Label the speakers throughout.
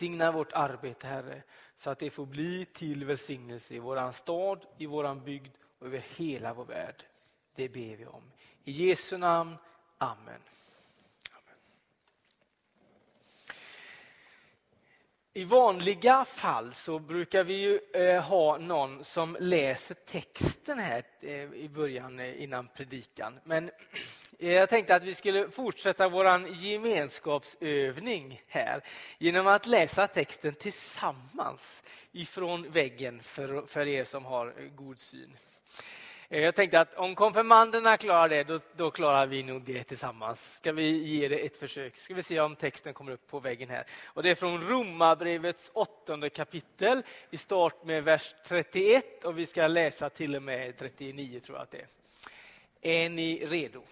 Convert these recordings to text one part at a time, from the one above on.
Speaker 1: välsigna vårt arbete, Herre, så att det får bli till välsignelse i våran stad, i våran bygd och över hela vår värld. Det ber vi om. I Jesu namn, amen. I vanliga fall så brukar vi ju ha någon som läser texten här i början innan predikan. Men jag tänkte att vi skulle fortsätta våran gemenskapsövning här genom att läsa texten tillsammans ifrån väggen för er som har god syn. Jag tänkte att om konfirmanderna klarar det, då klarar vi nog det tillsammans. Ska vi ge det ett försök? Ska vi se om texten kommer upp på väggen här. Och det är från Romarbrevets 8:e kapitel. Vi startar med vers 31 och vi ska läsa till och med 39 tror jag att det är. Är ni redo?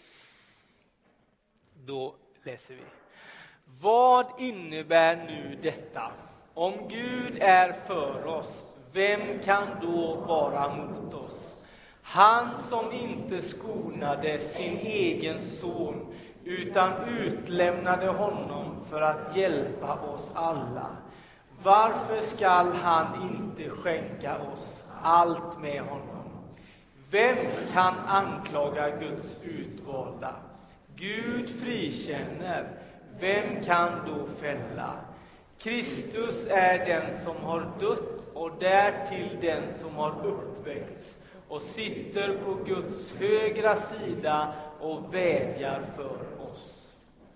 Speaker 1: Då läser vi. Vad innebär nu detta? Om Gud är för oss, vem kan då vara mot oss? Han som inte skonade sin egen son utan utlämnade honom för att hjälpa oss alla. Varför skall han inte skänka oss allt med honom? Vem kan anklaga Guds utvalda? Gud frikänner. Vem kan då fälla? Kristus är den som har dött och därtill den som har uppväckts och sitter på Guds högra sida och vädjar för oss.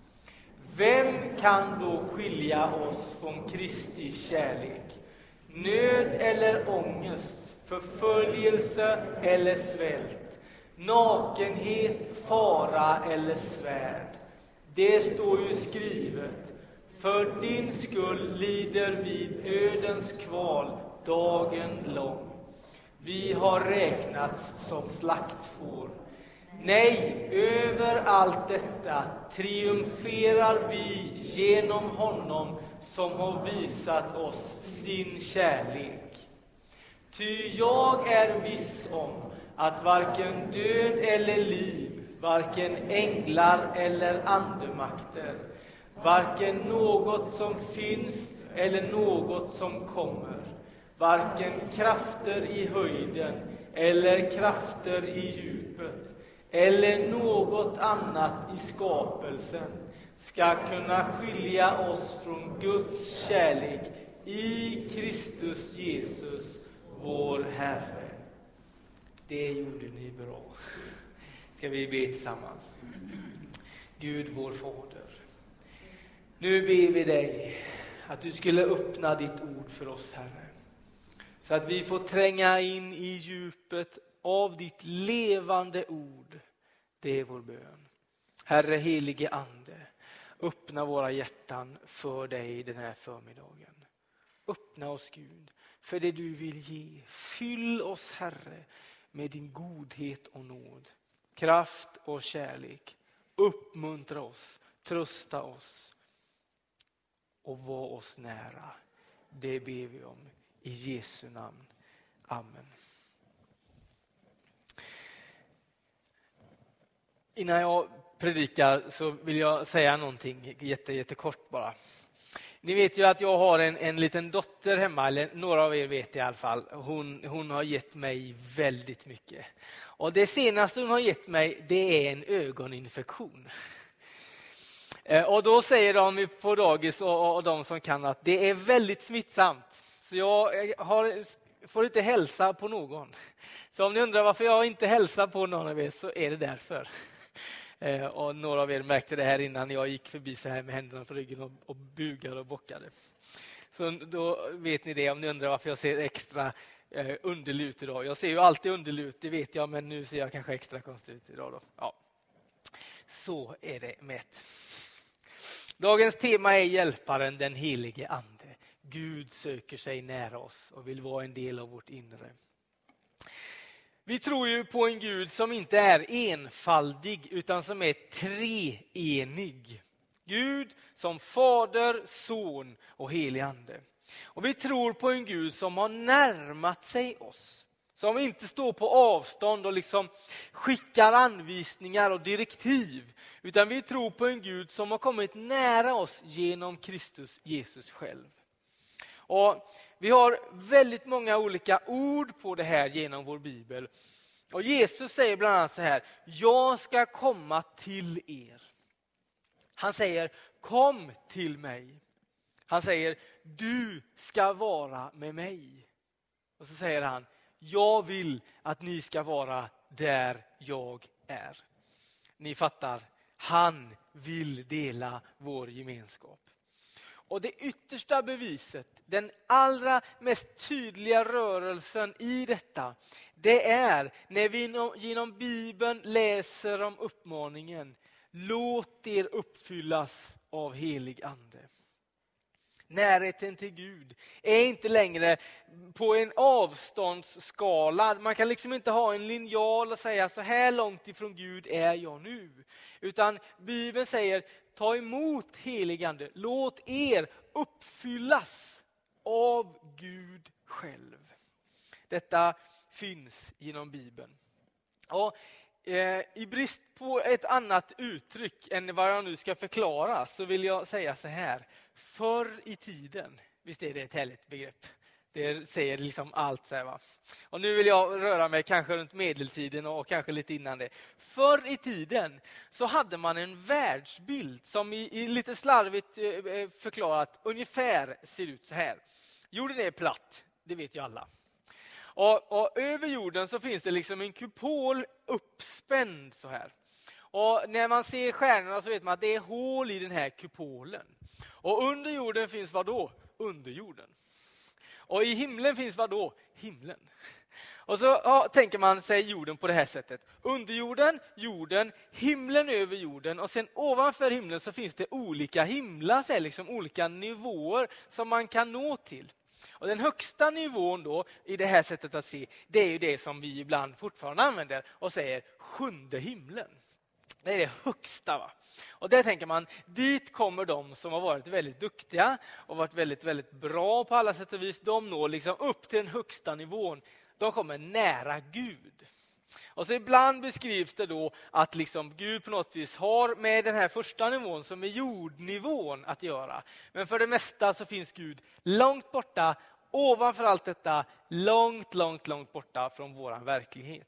Speaker 1: Vem kan då skilja oss från Kristi kärlek? Nöd eller ångest, förföljelse eller svält, nakenhet, fara eller svärd. Det står ju skrivet: för din skull lider vi dödens kval dagen lång. Vi har räknats som slaktfår. Nej, över allt detta triumferar vi genom honom som har visat oss sin kärlek. Ty jag är viss om att varken död eller liv, varken änglar eller andemakter, varken något som finns eller något som kommer, varken krafter i höjden eller krafter i djupet eller något annat i skapelsen ska kunna skilja oss från Guds kärlek i Kristus Jesus, vår Herre. Det gjorde ni bra. Ska vi be tillsammans. Gud, vår Fader. Nu ber vi dig att du skulle öppna ditt ord för oss, Herre. Så att vi får tränga in i djupet av ditt levande ord. Det är vår bön. Herre helige ande, öppna våra hjärtan för dig den här förmiddagen. Öppna oss, Gud, för det du vill ge. Fyll oss, Herre, med din godhet och nåd, kraft och kärlek. Uppmuntra oss, trösta oss och var oss nära. Det ber vi om. I Jesu namn. Amen. Innan jag predikar så vill jag säga någonting jättekort bara. Ni vet ju att jag har en liten dotter hemma, eller några av er vet i alla fall. Hon har gett mig väldigt mycket. Och det senaste hon har gett mig, det är en ögoninfektion. Och då säger de på dagis och de som kan att det är väldigt smittsamt. Så jag får inte hälsa på någon. Så om ni undrar varför jag inte hälsar på någon av er så är det därför. Och några av er märkte det här innan jag gick förbi så här med händerna på ryggen och bugade och bockade. Så då vet ni det om ni undrar varför jag ser extra underlig ut idag. Jag ser ju alltid underlig ut, det vet jag, men nu ser jag kanske extra konstigt ut idag då. Ja. Så är det mätt. Dagens tema är hjälparen, den helige ande. Gud söker sig nära oss och vill vara en del av vårt inre. Vi tror ju på en Gud som inte är enfaldig utan som är treenig. Gud som fader, son och helig ande. Och vi tror på en Gud som har närmat sig oss. Som inte står på avstånd och liksom skickar anvisningar och direktiv. Utan vi tror på en Gud som har kommit nära oss genom Kristus Jesus själv. Och vi har väldigt många olika ord på det här genom vår bibel. Och Jesus säger bland annat så här: jag ska komma till er. Han säger: kom till mig. Han säger: du ska vara med mig. Och så säger han: jag vill att ni ska vara där jag är. Ni fattar, han vill dela vår gemenskap. Och det yttersta beviset, den allra mest tydliga rörelsen i detta, det är när vi genom Bibeln läser om uppmaningen: låt er uppfyllas av helig ande. Närheten till Gud är inte längre på en avståndsskala. Man kan liksom inte ha en linjal och säga: så här långt ifrån Gud är jag nu. Utan Bibeln säger: ta emot helig ande. Låt er uppfyllas av Gud själv. Detta finns genom Bibeln. Och i brist på ett annat uttryck än vad jag nu ska förklara, så vill jag säga så här: förr i tiden, visst är det ett härligt begrepp. Det säger liksom allt så här, va? Och nu vill jag röra mig kanske runt medeltiden och kanske lite innan det. Förr i tiden så hade man en världsbild som i lite slarvigt förklarat ungefär ser ut så här. Jorden är platt, det vet ju alla. Och över jorden så finns det liksom en kupol uppspänd så här. Och när man ser stjärnorna så vet man att det är hål i den här kupolen. Och under jorden finns vad då? Underjorden. Och i himlen finns vad då? Himlen. Och så tänker man sig jorden på det här sättet. Underjorden, jorden, himlen över jorden. Och sen ovanför himlen så finns det olika himlar, så liksom olika nivåer som man kan nå till. Och den högsta nivån då i det här sättet att se, det är ju det som vi ibland fortfarande använder och säger sjunde himlen. Det är det högsta, va? Och där tänker man, dit kommer de som har varit väldigt duktiga och varit väldigt, väldigt bra på alla sätt och vis. De når liksom upp till den högsta nivån. De kommer nära Gud. Och så ibland beskrivs det då att liksom Gud på något vis har med den här första nivån som är jordnivån att göra. Men för det mesta så finns Gud långt borta, ovanför allt detta, långt, långt, långt borta från våran verklighet.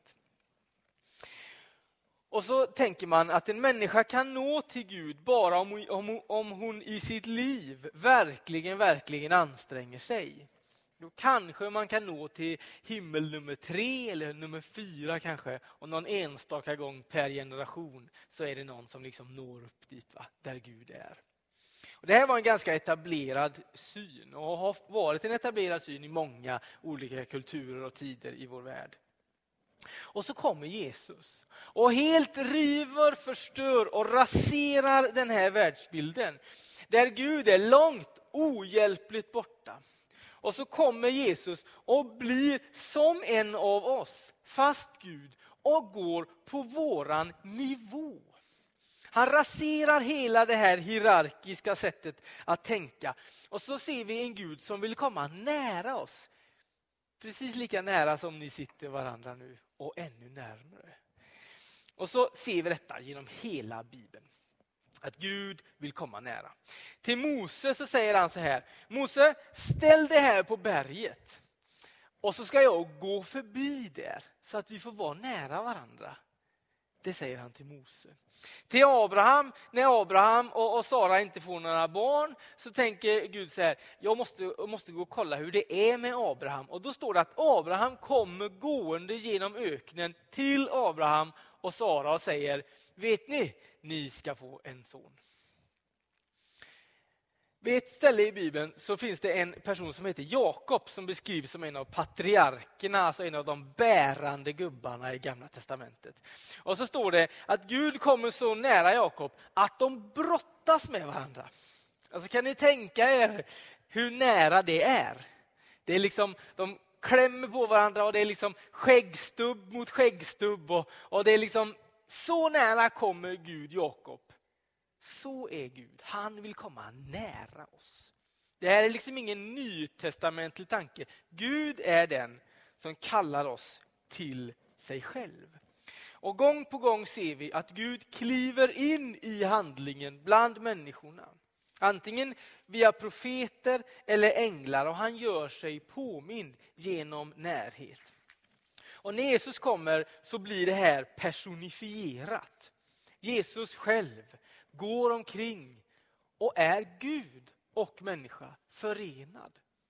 Speaker 1: Och så tänker man att en människa kan nå till Gud bara om hon i sitt liv verkligen, verkligen anstränger sig. Då kanske man kan nå till himmel nummer 3 eller nummer 4 kanske. Och någon enstaka gång per generation så är det någon som liksom når upp dit, va? Där Gud är. Och det här var en ganska etablerad syn och har varit en etablerad syn i många olika kulturer och tider i vår värld. Och så kommer Jesus och helt river, förstör och raserar den här världsbilden. Där Gud är långt ohjälpligt borta. Och så kommer Jesus och blir som en av oss, fast Gud, och går på våran nivå. Han raserar hela det här hierarkiska sättet att tänka. Och så ser vi en Gud som vill komma nära oss. Precis lika nära som ni sitter varandra nu och ännu närmare. Och så ser vi detta genom hela Bibeln. Att Gud vill komma nära. Till Mose så säger han så här: Mose, ställ det här på berget. Och så ska jag gå förbi där så att vi får vara nära varandra. Det säger han till Mose. Till Abraham, när Abraham och Sara inte får några barn, så tänker Gud så här: jag måste gå och kolla hur det är med Abraham. Och då står det att Abraham kommer gående genom öknen till Abraham och Sara och säger: vet ni ska få en son. Vid ett ställe i Bibeln så finns det en person som heter Jakob som beskrivs som en av patriarkerna, alltså en av de bärande gubbarna i Gamla testamentet. Och så står det att Gud kommer så nära Jakob att de brottas med varandra. Alltså kan ni tänka er hur nära det är? Det är liksom, de klämmer på varandra och det är liksom skäggstubb mot skäggstubb och det är liksom så nära kommer Gud Jakob. Så är Gud. Han vill komma nära oss. Det här är liksom ingen nytestamentlig tanke. Gud är den som kallar oss till sig själv. Och gång på gång ser vi att Gud kliver in i handlingen bland människorna. Antingen via profeter eller änglar, och han gör sig påmind genom närhet. Och när Jesus kommer så blir det här personifierat. Jesus själv går omkring och är Gud och människa förenad.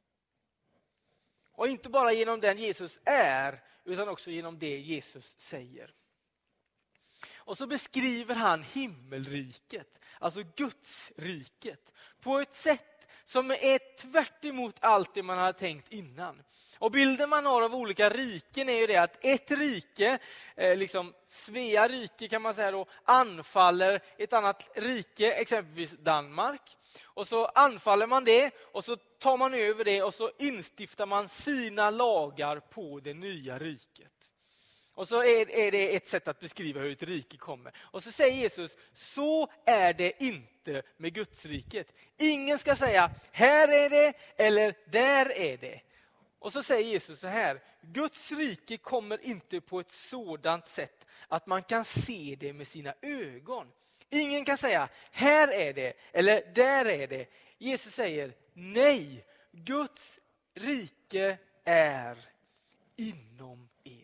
Speaker 1: Och inte bara genom den Jesus är, utan också genom det Jesus säger. Och så beskriver han himmelriket, alltså Guds riket, på ett sätt som är tvärt emot allt det man har tänkt innan. Och bilden man har av olika riken är ju det att ett rike, liksom Svea rike kan man säga då, anfaller ett annat rike, exempelvis Danmark. Och så anfaller man det och så tar man över det och så instiftar man sina lagar på det nya riket. Och så är det ett sätt att beskriva hur ett rike kommer. Och så säger Jesus, så är det inte med Guds riket. Ingen ska säga, här är det eller där är det. Och så säger Jesus så här, Guds rike kommer inte på ett sådant sätt att man kan se det med sina ögon. Ingen kan säga, här är det eller där är det. Jesus säger, nej, Guds rike är inom er.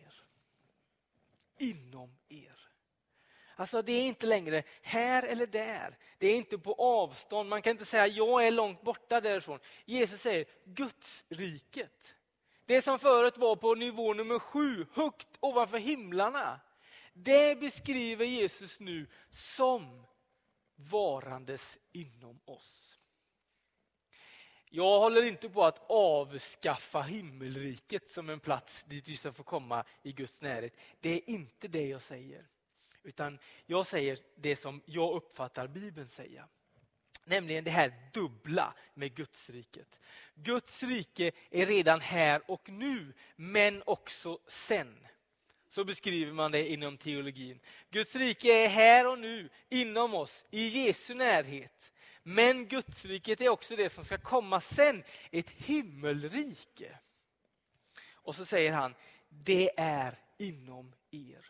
Speaker 1: Inom er. Alltså det är inte längre här eller där. Det är inte på avstånd. Man kan inte säga jag är långt borta därifrån. Jesus säger Guds riket. Det som förut var på nivå nummer 7, högt ovanför himlarna. Det beskriver Jesus nu som varandes inom oss. Jag håller inte på att avskaffa himmelriket som en plats dit vi ska få komma i Guds närhet. Det är inte det jag säger. Utan jag säger det som jag uppfattar Bibeln säga. Nämligen det här dubbla med Guds riket. Guds rike är redan här och nu, men också sen. Så beskriver man det inom teologin. Guds rike är här och nu, inom oss, i Jesu närhet. Men Guds riket är också det som ska komma sen, ett himmelrike. Och så säger han, det är inom er.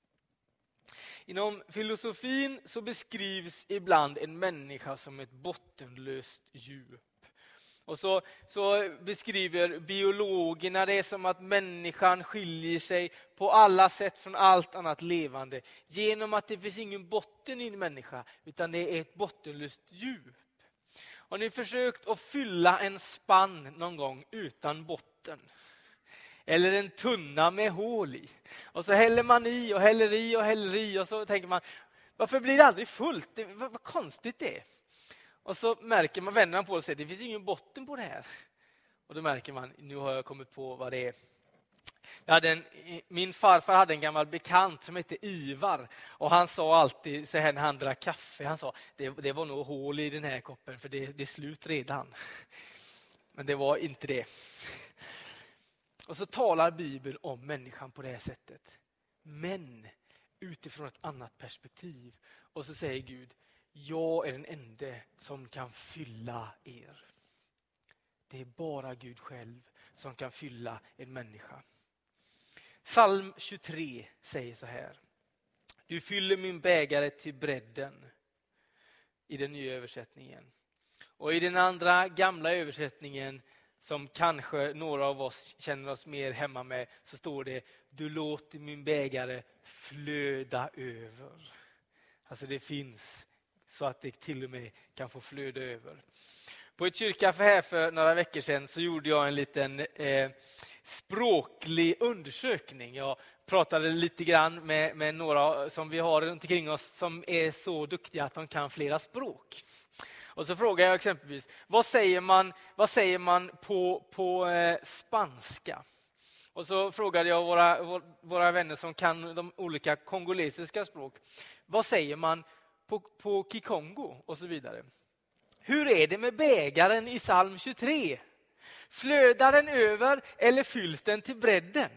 Speaker 1: Inom filosofin så beskrivs ibland en människa som ett bottenlöst djup. Och så beskriver biologerna det som att människan skiljer sig på alla sätt från allt annat levande. Genom att det finns ingen botten i en människa, utan det är ett bottenlöst djup. Har ni försökt att fylla en spann någon gång utan botten? Eller en tunna med hål i. Och så häller man i och häller i och häller i. Och så tänker man, varför blir det aldrig fullt? Vad konstigt det är. Och så märker man, vänder man på sig, det finns ingen botten på det här. Och då märker man, nu har jag kommit på vad det är. Min farfar hade en gammal bekant som hette Ivar. Och han sa alltid så här när han drack kaffe. Han sa, det var nog hål i den här koppen för det är slut redan. Men det var inte det. Och så talar Bibeln om människan på det här sättet. Men utifrån ett annat perspektiv. Och så säger Gud, jag är den enda som kan fylla er. Det är bara Gud själv som kan fylla en människa. Psalm 23 säger så här. Du fyller min bägare till bredden. I den nya översättningen. Och i den andra gamla översättningen, som kanske några av oss känner oss mer hemma med, så står det, du låter min bägare flöda över. Alltså det finns så att det till och med kan få flöda över. På ett kyrkaffe här för några veckor sedan så gjorde jag en liten språklig undersökning. Jag pratade lite grann med några som vi har runt omkring oss som är så duktiga att de kan flera språk. Och så frågar jag exempelvis, vad säger man på spanska? Och så frågade jag våra vänner som kan de olika kongolesiska språk. Vad säger man på Kikongo och så vidare? Hur är det med bägaren i psalm 23? Flödar den över eller fylls den till bredden?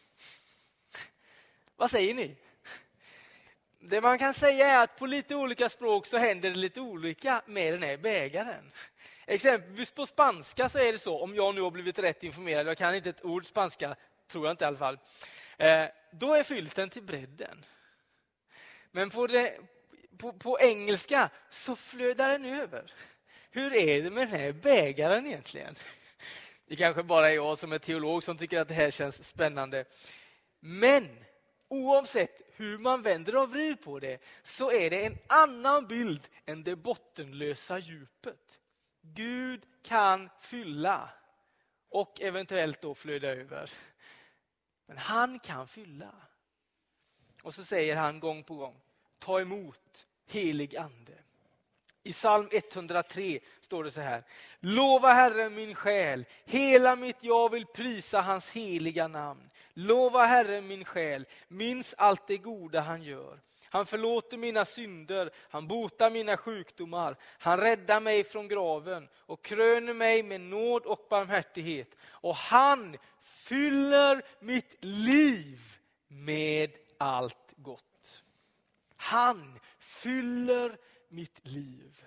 Speaker 1: Vad säger ni? Det man kan säga är att på lite olika språk så händer det lite olika med den här bägaren. Exempelvis på spanska så är det så, om jag nu har blivit rätt informerad, jag kan inte ett ord spanska, tror jag inte i alla fall. Då är fylten till bredden. Men på engelska så flödar den över. hur är det med den här bägaren egentligen? Det kanske bara är jag som är teolog som tycker att det här känns spännande. Men oavsett hur man vänder och vrider på det så är det en annan bild än det bottenlösa djupet. Gud kan fylla och eventuellt då flöda över. Men han kan fylla. Och så säger han gång på gång: ta emot helig ande. I psalm 103 står det så här: lova Herren min själ, hela mitt jag vill prisa hans heliga namn. Lova Herren min själ, minns allt det goda han gör. Han förlåter mina synder, han botar mina sjukdomar. Han räddar mig från graven och kröner mig med nåd och barmhärtighet. Och han fyller mitt liv med allt gott. Han fyller mitt liv.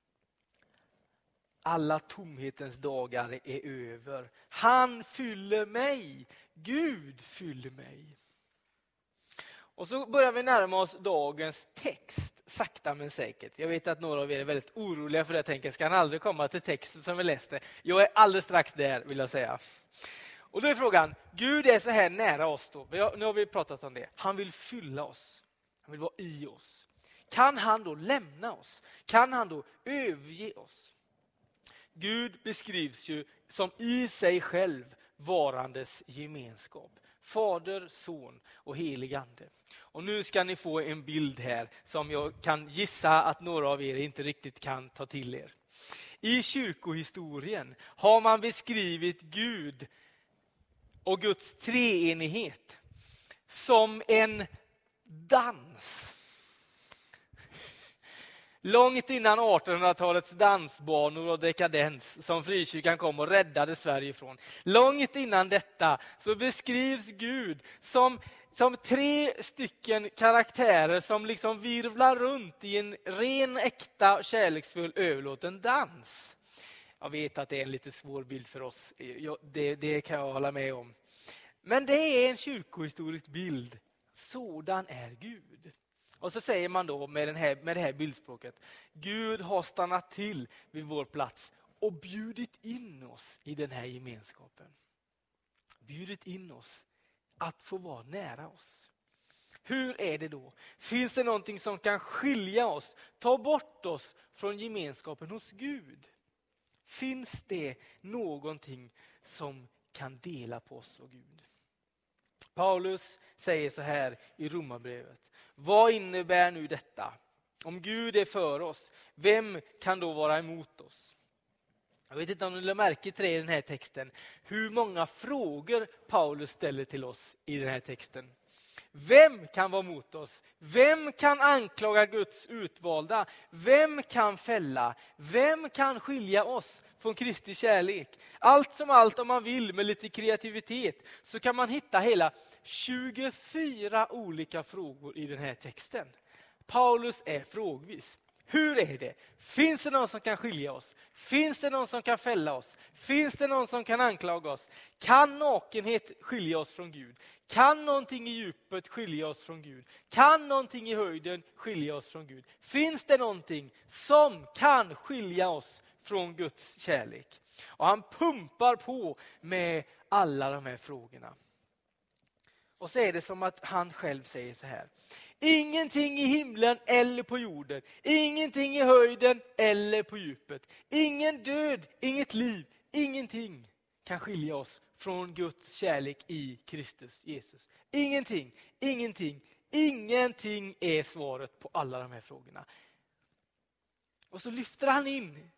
Speaker 1: Alla tomhetens dagar är över. Han fyller mig. Gud fyller mig. Och så börjar vi närma oss dagens text, sakta men säkert. Jag vet att några av er är väldigt oroliga för det. Jag tänker, ska han aldrig komma till texten som vi läste? Jag är alldeles strax där, vill jag säga. Och då är frågan, Gud är så här nära oss då. Nu har vi pratat om det. Han vill fylla oss. Han vill vara i oss. Kan han då lämna oss? Kan han då överge oss? Gud beskrivs ju som i sig själv varandes gemenskap. Fader, son och helig ande. Och nu ska ni få en bild här som jag kan gissa att några av er inte riktigt kan ta till er. I kyrkohistorien har man beskrivit Gud och Guds treenighet som en dans. Långt innan 1800-talets dansbanor och dekadens som frikyrkan kom och räddade Sverige från. Långt innan detta så beskrivs Gud som 3 stycken karaktärer som liksom virvlar runt i en ren, äkta, kärleksfull, överlåten dans. Jag vet att det är en lite svår bild för oss. Det kan jag hålla med om. Men det är en kyrkohistorisk bild. Sådan är Gud. Och så säger man då med det här bildspråket: Gud har stannat till vid vår plats och bjudit in oss i den här gemenskapen. Bjudit in oss att få vara nära oss. Hur är det då? Finns det någonting som kan skilja oss, ta bort oss från gemenskapen hos Gud? Finns det någonting som kan dela på oss och Gud? Paulus säger så här i Romarbrevet: vad innebär nu detta? Om Gud är för oss, vem kan då vara emot oss? Jag vet inte om ni lade märke till det i den här texten. Hur många frågor Paulus ställer till oss i den här texten. Vem kan vara mot oss? Vem kan anklaga Guds utvalda? Vem kan fälla? Vem kan skilja oss från Kristi kärlek? Allt som allt, om man vill med lite kreativitet, så kan man hitta hela 24 olika frågor i den här texten. Paulus är frågvis. Hur är det? Finns det någon som kan skilja oss? Finns det någon som kan fälla oss? Finns det någon som kan anklaga oss? Kan nakenhet skilja oss från Gud? Kan någonting i djupet skilja oss från Gud? Kan någonting i höjden skilja oss från Gud? Finns det någonting som kan skilja oss från Guds kärlek? Och han pumpar på med alla de här frågorna. Och så är det som att han själv säger så här: ingenting i himlen eller på jorden, ingenting i höjden eller på djupet, ingen död, inget liv, ingenting kan skilja oss från Guds kärlek i Kristus Jesus. Ingenting, ingenting, ingenting är svaret på alla de här frågorna. Och så lyfter han in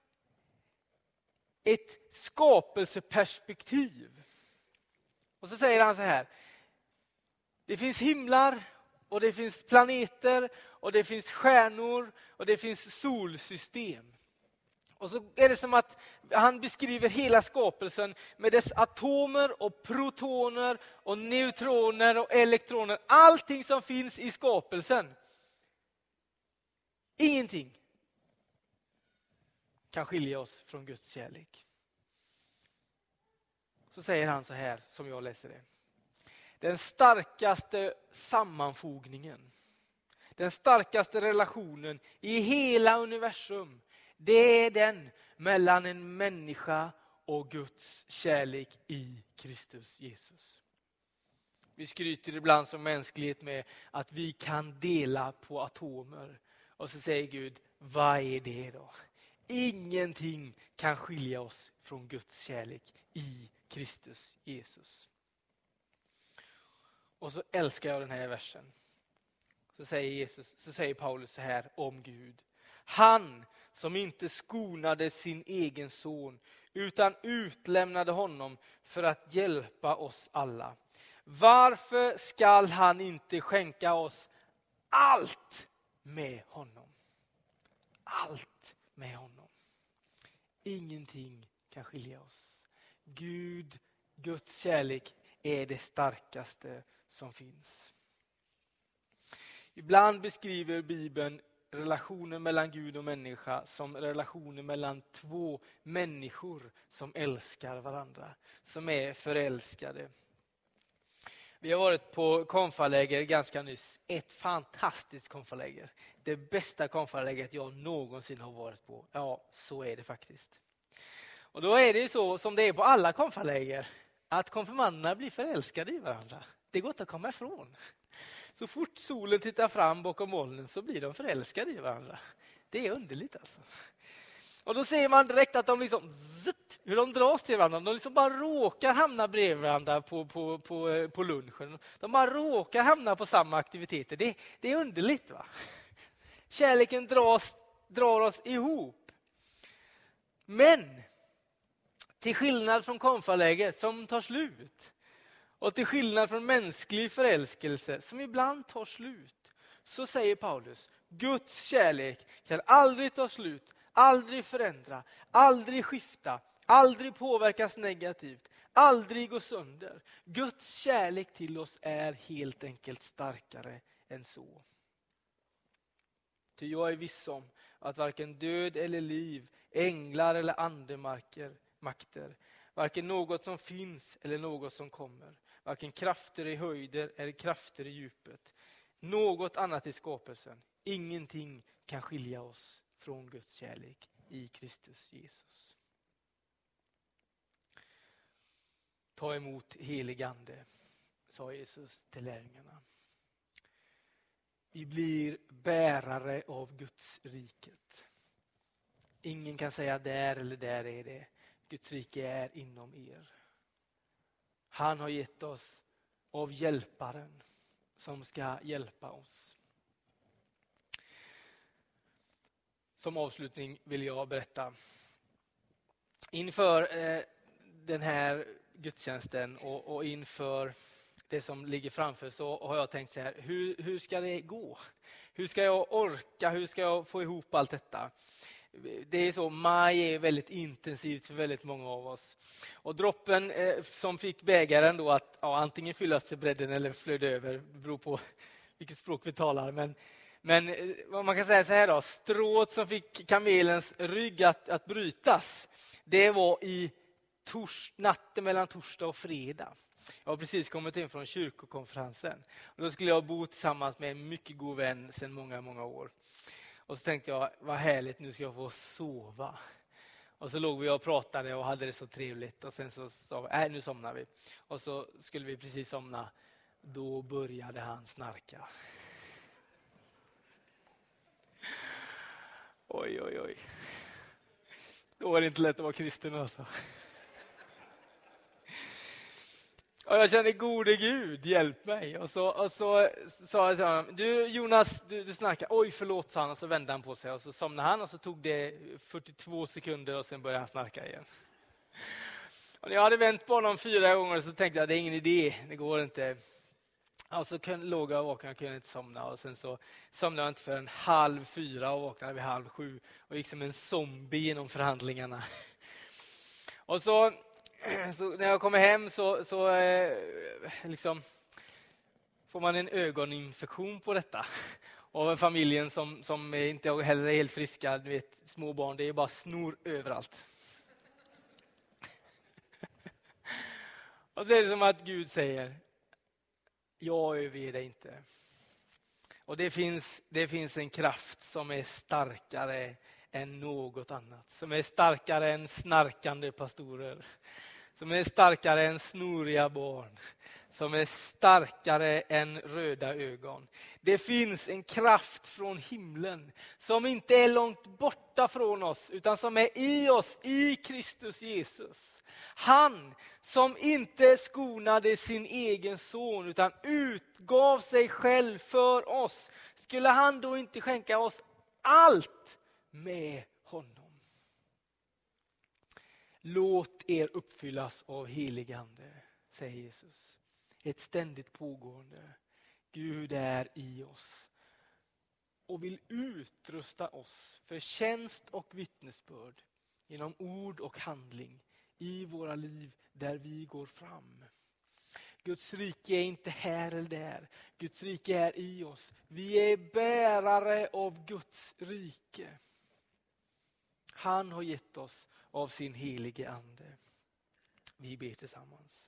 Speaker 1: ett skapelseperspektiv. Och så säger han så här: det finns himlar och det finns planeter och det finns stjärnor och det finns solsystem. Och så är det som att han beskriver hela skapelsen med dess atomer och protoner och neutroner och elektroner. Allting som finns i skapelsen. Ingenting kan skilja oss från Guds kärlek. Så säger han så här, som jag läser det: den starkaste sammanfogningen, den starkaste relationen i hela universum, Det är den mellan en människa och Guds kärlek i Kristus Jesus. Vi skryter ibland som mänsklighet med att vi kan dela på atomer. Och så säger Gud, vad är det då? Ingenting kan skilja oss från Guds kärlek i Kristus Jesus. Och så älskar jag den här versen. Så säger Paulus så här om Gud. Han som inte skonade sin egen son utan utlämnade honom för att hjälpa oss alla. Varför skall han inte skänka oss allt med honom? Allt med honom. Ingenting kan skilja oss. Guds kärlek är det starkaste som finns. Ibland beskriver Bibeln relationen mellan Gud och människa som relationen mellan två människor som älskar varandra, som är förälskade. Vi har varit på konfaläger ganska nyss. Ett fantastiskt konfaläger. Det bästa konfalägret jag någonsin har varit på. Ja, så är det faktiskt. Och då är det ju så som det är på alla konfaläger. Att konfirmanderna blir förälskade i varandra. Det går inte att komma ifrån. Så fort solen tittar fram bakom molnen så blir de förälskade i varandra. Det är underligt alltså. Och då ser man direkt att de liksom hur de dras till varandra. De liksom bara råkar hamna bredvid varandra på lunchen. De bara råkar hamna på samma aktiviteter. Det är underligt, va? Kärleken drar oss ihop. Men till skillnad från konfaläger som tar slut och till skillnad från mänsklig förälskelse som ibland tar slut, så säger Paulus, Guds kärlek kan aldrig ta slut, aldrig förändra, aldrig skifta, aldrig påverkas negativt, aldrig gå sönder. Guds kärlek till oss är helt enkelt starkare än så. Ty jag är viss om att varken död eller liv, änglar eller andemakter, varken något som finns eller något som kommer, varken krafter i höjder eller krafter i djupet, något annat i skapelsen, ingenting kan skilja oss från Guds kärlek i Kristus Jesus. Ta emot helig ande, sa Jesus till lärjungarna. Vi blir bärare av Guds riket. Ingen kan säga där eller där är det. Guds rike är inom er. Han har gett oss av hjälparen som ska hjälpa oss. Som avslutning vill jag berätta. Inför den här gudstjänsten och inför det som ligger framför, så har jag tänkt så här. Hur ska det gå? Hur ska jag orka? Hur ska jag få ihop allt detta? Det är så, maj är väldigt intensivt för väldigt många av oss. Och droppen som fick bägaren då att antingen fyllas till bredden eller flöda över, det beror på vilket språk vi talar. Men vad man kan säga så här då, strået som fick kamelens rygg att brytas, det var i natten mellan torsdag och fredag. Jag har precis kommit in från kyrkokonferensen. Och då skulle jag bo tillsammans med en mycket god vän sedan många, många år. Och så tänkte jag, vad härligt, nu ska jag få sova. Och så låg vi och pratade och hade det så trevligt. Och sen så sa vi, nu somnar vi. Och så skulle vi precis somna. Då började han snarka. Oj, oj, oj. Då var det inte lätt att vara kristen alltså. Och jag kände, gode Gud, hjälp mig. Och så sa jag till honom, du Jonas, du snackar. Oj, förlåt, sa han. Och så vände han på sig och så somnade han. Och så tog det 42 sekunder och sen började han snarka igen. Och när jag hade vänt på honom 4 gånger så tänkte jag, det är ingen idé, det går inte. Och så låg jag och vaknade och kunde inte somna. Och sen så somnade jag inte förrän 3:30 och vaknade vid 6:30. Och gick som en zombie genom förhandlingarna. Och så när jag kommer hem så liksom får man en ögoninfektion på detta. Och familjen som inte heller är helt friska, du vet, små barn, det är bara snor överallt. Och så är det som att Gud säger, jag överger dig inte. Och det finns en kraft som är starkare än något annat. Som är starkare än snarkande pastorer. Som är starkare än snoriga barn. Som är starkare än röda ögon. Det finns en kraft från himlen som inte är långt borta från oss utan som är i oss, i Kristus Jesus. Han som inte skonade sin egen son utan utgav sig själv för oss. Skulle han då inte skänka oss allt med honom? Låt er uppfyllas av helig ande, säger Jesus. Ett ständigt pågående. Gud är i oss och vill utrusta oss för tjänst och vittnesbörd genom ord och handling i våra liv där vi går fram. Guds rike är inte här eller där. Guds rike är i oss. Vi är bärare av Guds rike. Han har gett oss av sin helige ande. Vi ber tillsammans.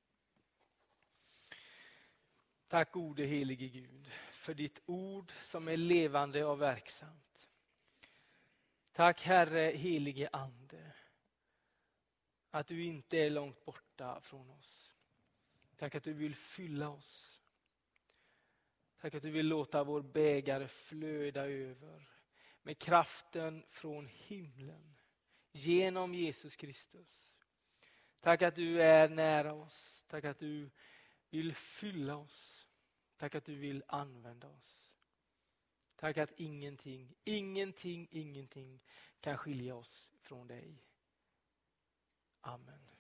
Speaker 1: Tack gode helige Gud för ditt ord som är levande och verksamt. Tack Herre helige ande att du inte är långt borta från oss. Tack att du vill fylla oss. Tack att du vill låta vår bägare flöda över med kraften från himlen genom Jesus Kristus. Tack att du är nära oss. Tack att du vill fylla oss. Tack att du vill använda oss. Tack att ingenting kan skilja oss från dig. Amen.